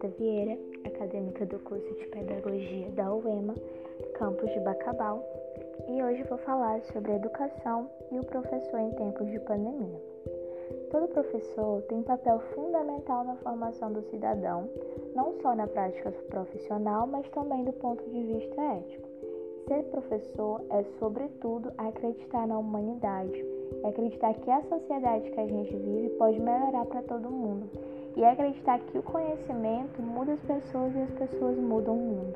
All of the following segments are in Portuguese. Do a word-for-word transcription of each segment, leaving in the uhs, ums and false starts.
Eduarda Vieira, acadêmica do curso de Pedagogia da U E M A, campus de Bacabal, e hoje vou falar sobre educação e o professor em tempos de pandemia. Todo professor tem um papel fundamental na formação do cidadão, não só na prática profissional, mas também do ponto de vista ético. Ser professor é, sobretudo, acreditar na humanidade, é acreditar que a sociedade que a gente vive pode melhorar para todo mundo, e é acreditar que o conhecimento muda as pessoas e as pessoas mudam o mundo.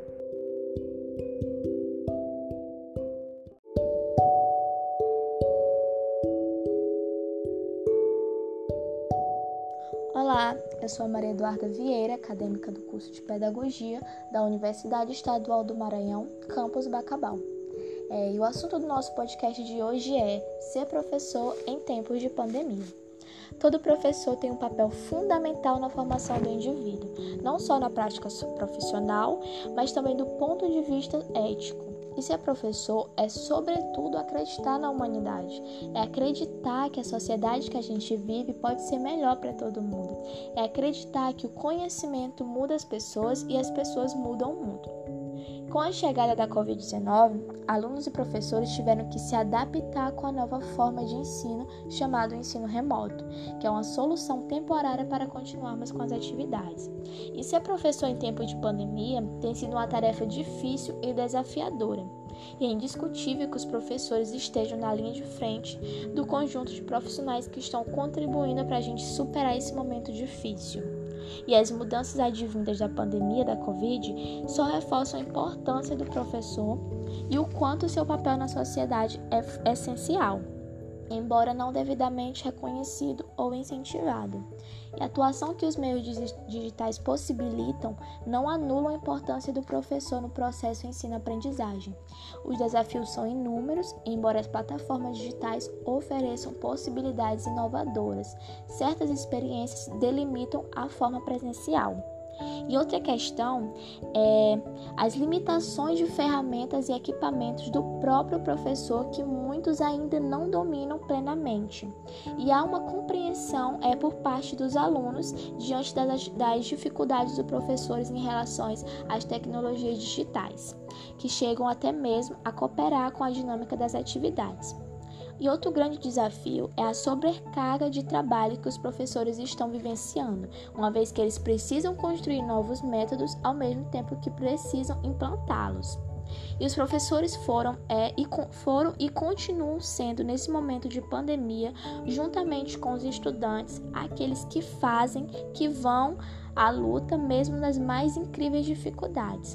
Olá, eu sou a Maria Eduarda Vieira, acadêmica do curso de Pedagogia da Universidade Estadual do Maranhão, campus Bacabal. É, e o assunto do nosso podcast de hoje é ser professor em tempos de pandemia. Todo professor tem um papel fundamental na formação do indivíduo, não só na prática profissional, mas também do ponto de vista ético. E ser professor é, sobretudo, acreditar na humanidade. É acreditar que a sociedade que a gente vive pode ser melhor para todo mundo. É acreditar que o conhecimento muda as pessoas e as pessoas mudam o mundo. Com a chegada da covid dezenove, alunos e professores tiveram que se adaptar com a nova forma de ensino chamada ensino remoto, que é uma solução temporária para continuarmos com as atividades. E ser professor em tempo de pandemia tem sido uma tarefa difícil e desafiadora. E é indiscutível que os professores estejam na linha de frente do conjunto de profissionais que estão contribuindo para a gente superar esse momento difícil. E as mudanças advindas da pandemia da Covid só reforçam a importância do professor e o quanto seu papel na sociedade é essencial, embora não devidamente reconhecido ou incentivado. E a atuação que os meios digitais possibilitam não anulam a importância do professor no processo ensino-aprendizagem. Os desafios são inúmeros, embora as plataformas digitais ofereçam possibilidades inovadoras. Certas experiências delimitam a forma presencial. E outra questão é as limitações de ferramentas e equipamentos do próprio professor que muitos ainda não dominam plenamente. E há uma compreensão é, por parte dos alunos diante das, das dificuldades dos professores em relação às tecnologias digitais, que chegam até mesmo a cooperar com a dinâmica das atividades. E outro grande desafio é a sobrecarga de trabalho que os professores estão vivenciando, uma vez que eles precisam construir novos métodos ao mesmo tempo que precisam implantá-los. E os professores foram, é, e, foram e continuam sendo, nesse momento de pandemia, juntamente com os estudantes, aqueles que fazem, que vão à luta mesmo nas mais incríveis dificuldades.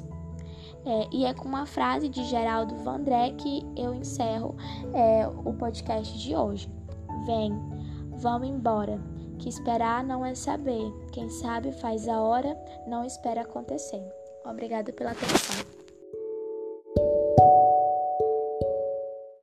É, e é com uma frase de Geraldo Vandré que eu encerro é, o podcast de hoje. Vem, vamos embora, que esperar não é saber. Quem sabe faz a hora, não espera acontecer. Obrigada pela atenção.